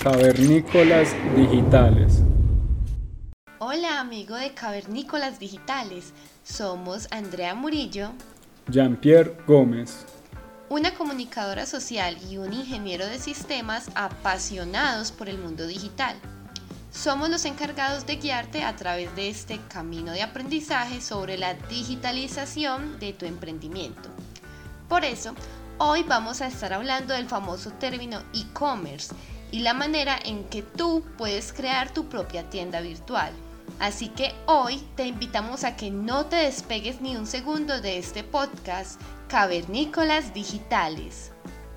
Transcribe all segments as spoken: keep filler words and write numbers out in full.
Cavernícolas Digitales. Hola amigo de Cavernícolas Digitales, somos Andrea Murillo, Jean-Pierre Gómez, una comunicadora social y un ingeniero de sistemas apasionados por el mundo digital. Somos los encargados de guiarte a través de este camino de aprendizaje sobre la digitalización de tu emprendimiento. Por eso, hoy vamos a estar hablando del famoso término e-commerce y la manera en que tú puedes crear tu propia tienda virtual. Así que hoy te invitamos a que no te despegues ni un segundo de este podcast Cavernícolas Digitales.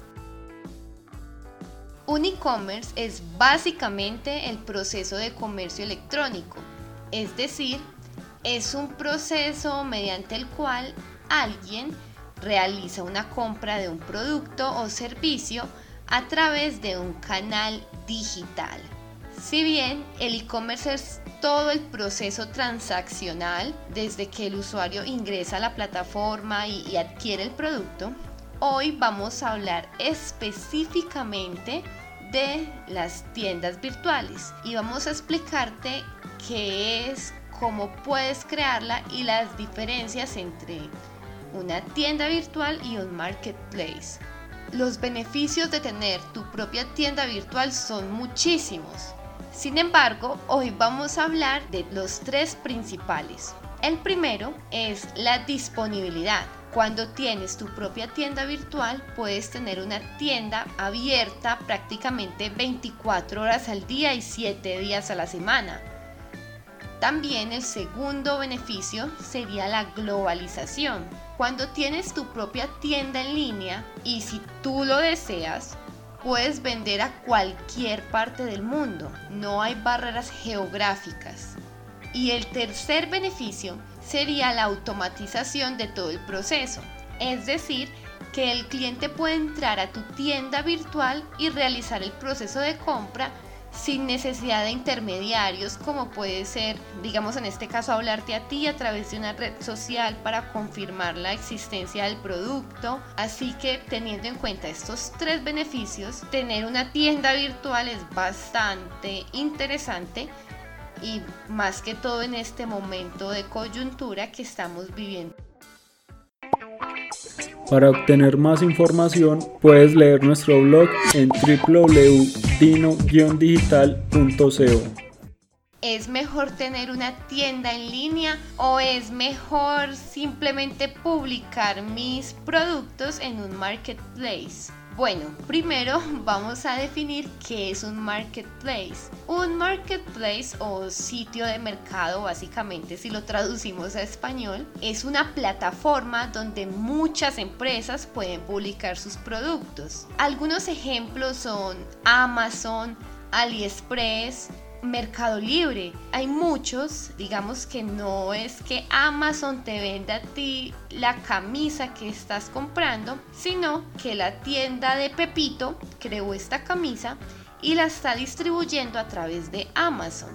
Un e-commerce es básicamente el proceso de comercio electrónico, es decir, es un proceso mediante el cual alguien realiza una compra de un producto o servicio a través de un canal digital. Si bien el e-commerce es todo el proceso transaccional desde que el usuario ingresa a la plataforma y, y adquiere el producto, hoy vamos a hablar específicamente de las tiendas virtuales y vamos a explicarte qué es, cómo puedes crearla y las diferencias entre una tienda virtual y un marketplace. Los beneficios de tener tu propia tienda virtual son muchísimos. Sin embargo, hoy vamos a hablar de los tres principales. El primero es la disponibilidad. Cuando tienes tu propia tienda virtual, puedes tener una tienda abierta prácticamente veinticuatro horas al día y siete días a la semana. También el segundo beneficio sería la globalización. Cuando tienes tu propia tienda en línea y si tú lo deseas, puedes vender a cualquier parte del mundo. No hay barreras geográficas. Y el tercer beneficio sería la automatización de todo el proceso. Es decir, que el cliente puede entrar a tu tienda virtual y realizar el proceso de compra sin necesidad de intermediarios, como puede ser, digamos en este caso, hablarte a ti a través de una red social para confirmar la existencia del producto. Así que teniendo en cuenta estos tres beneficios, tener una tienda virtual es bastante interesante y más que todo en este momento de coyuntura que estamos viviendo. Para obtener más información, puedes leer nuestro blog en w w w punto dino guion digital punto co. ¿Es mejor tener una tienda en línea o es mejor simplemente publicar mis productos en un marketplace? Bueno, primero vamos a definir qué es un marketplace. Un marketplace o sitio de mercado, básicamente si lo traducimos a español, es una plataforma donde muchas empresas pueden publicar sus productos. Algunos ejemplos son Amazon, AliExpress, Mercado Libre. Hay muchos, digamos que no es que Amazon te venda a ti la camisa que estás comprando, sino que la tienda de Pepito creó esta camisa y la está distribuyendo a través de Amazon.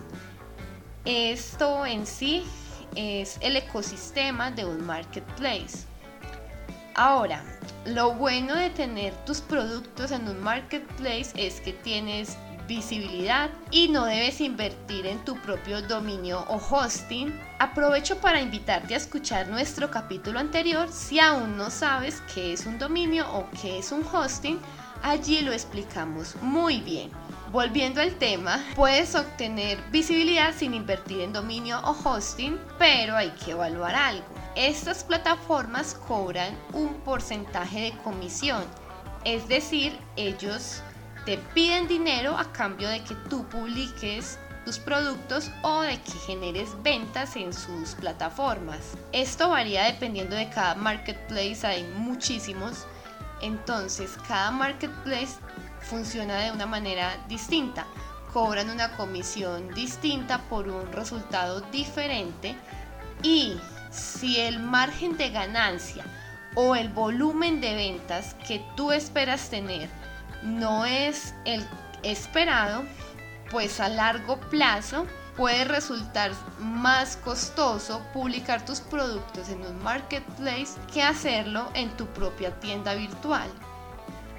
Esto en sí es el ecosistema de un marketplace. Ahora, lo bueno de tener tus productos en un marketplace es que tienes visibilidad y no debes invertir en tu propio dominio o hosting. Aprovecho para invitarte a escuchar nuestro capítulo anterior si aún no sabes qué es un dominio o qué es un hosting. Allí lo explicamos muy bien. Volviendo al tema, puedes obtener visibilidad sin invertir en dominio o hosting, pero hay que evaluar algo. Estas plataformas cobran un porcentaje de comisión, es decir, ellos te piden dinero a cambio de que tú publiques tus productos o de que generes ventas en sus plataformas. Esto varía dependiendo de cada marketplace, hay muchísimos, entonces cada marketplace funciona de una manera distinta, cobran una comisión distinta por un resultado diferente y si el margen de ganancia o el volumen de ventas que tú esperas tener no es el esperado, pues a largo plazo puede resultar más costoso publicar tus productos en un marketplace que hacerlo en tu propia tienda virtual.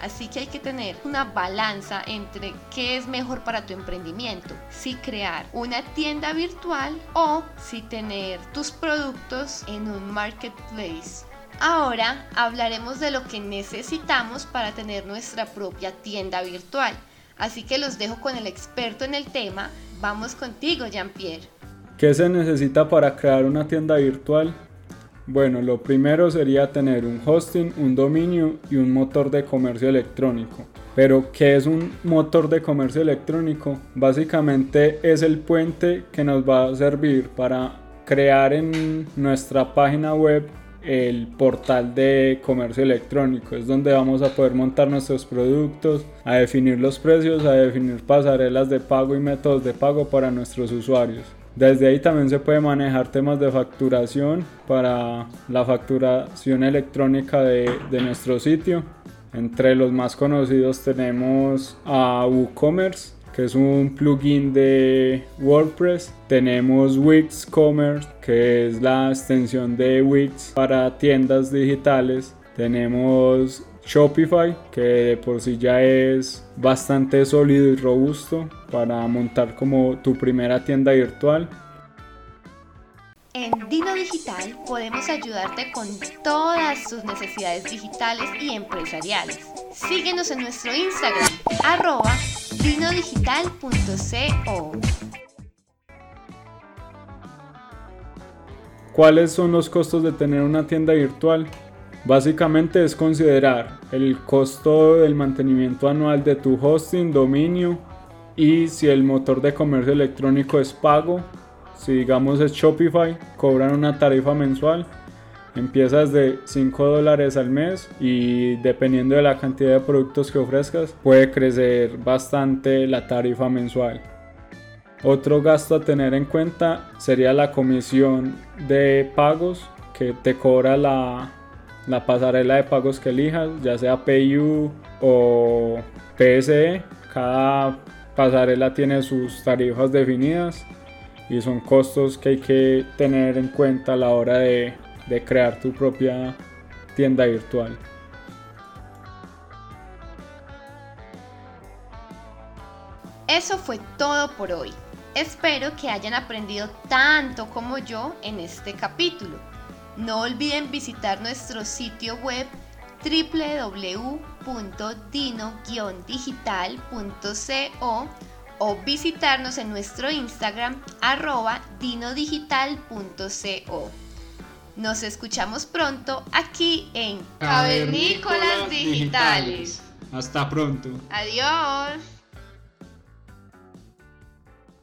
Así que hay que tener una balanza entre qué es mejor para tu emprendimiento, si crear una tienda virtual o si tener tus productos en un marketplace. Ahora hablaremos de lo que necesitamos para tener nuestra propia tienda virtual. Así que los dejo con el experto en el tema. Vamos contigo, Jean-Pierre. ¿Qué se necesita para crear una tienda virtual? Bueno, lo primero sería tener un hosting, un dominio y un motor de comercio electrónico. Pero, ¿qué es un motor de comercio electrónico? Básicamente es el puente que nos va a servir para crear en nuestra página web el portal de comercio electrónico. Es donde vamos a poder montar nuestros productos, a definir los precios, a definir pasarelas de pago y métodos de pago para nuestros usuarios. Desde ahí también se puede manejar temas de facturación para la facturación electrónica de, de nuestro sitio. Entre los más conocidos tenemos a WooCommerce, que es un plugin de WordPress. Tenemos Wix Commerce, que es la extensión de Wix para tiendas digitales. Tenemos Shopify, que de por sí ya es bastante sólido y robusto para montar como tu primera tienda virtual. En Dino Digital podemos ayudarte con todas tus necesidades digitales y empresariales. Síguenos en nuestro Instagram, arroba dinodigital punto co. ¿Cuáles son los costos de tener una tienda virtual? Básicamente es considerar el costo del mantenimiento anual de tu hosting, dominio, y si el motor de comercio electrónico es pago. Si digamos es Shopify, cobran una tarifa mensual, empieza desde cinco dólares al mes y dependiendo de la cantidad de productos que ofrezcas puede crecer bastante la tarifa mensual. Otro gasto a tener en cuenta sería la comisión de pagos que te cobra la, la pasarela de pagos que elijas, ya sea PayU o P S E. Cada pasarela tiene sus tarifas definidas y son costos que hay que tener en cuenta a la hora de, de crear tu propia tienda virtual. Eso fue todo por hoy. Espero que hayan aprendido tanto como yo en este capítulo. No olviden visitar nuestro sitio web doble u doble u doble u punto dino guion digital punto co o visitarnos en nuestro Instagram arroba dinodigital punto co. Nos escuchamos pronto aquí en Cavernícolas Digitales. Hasta pronto. Adiós.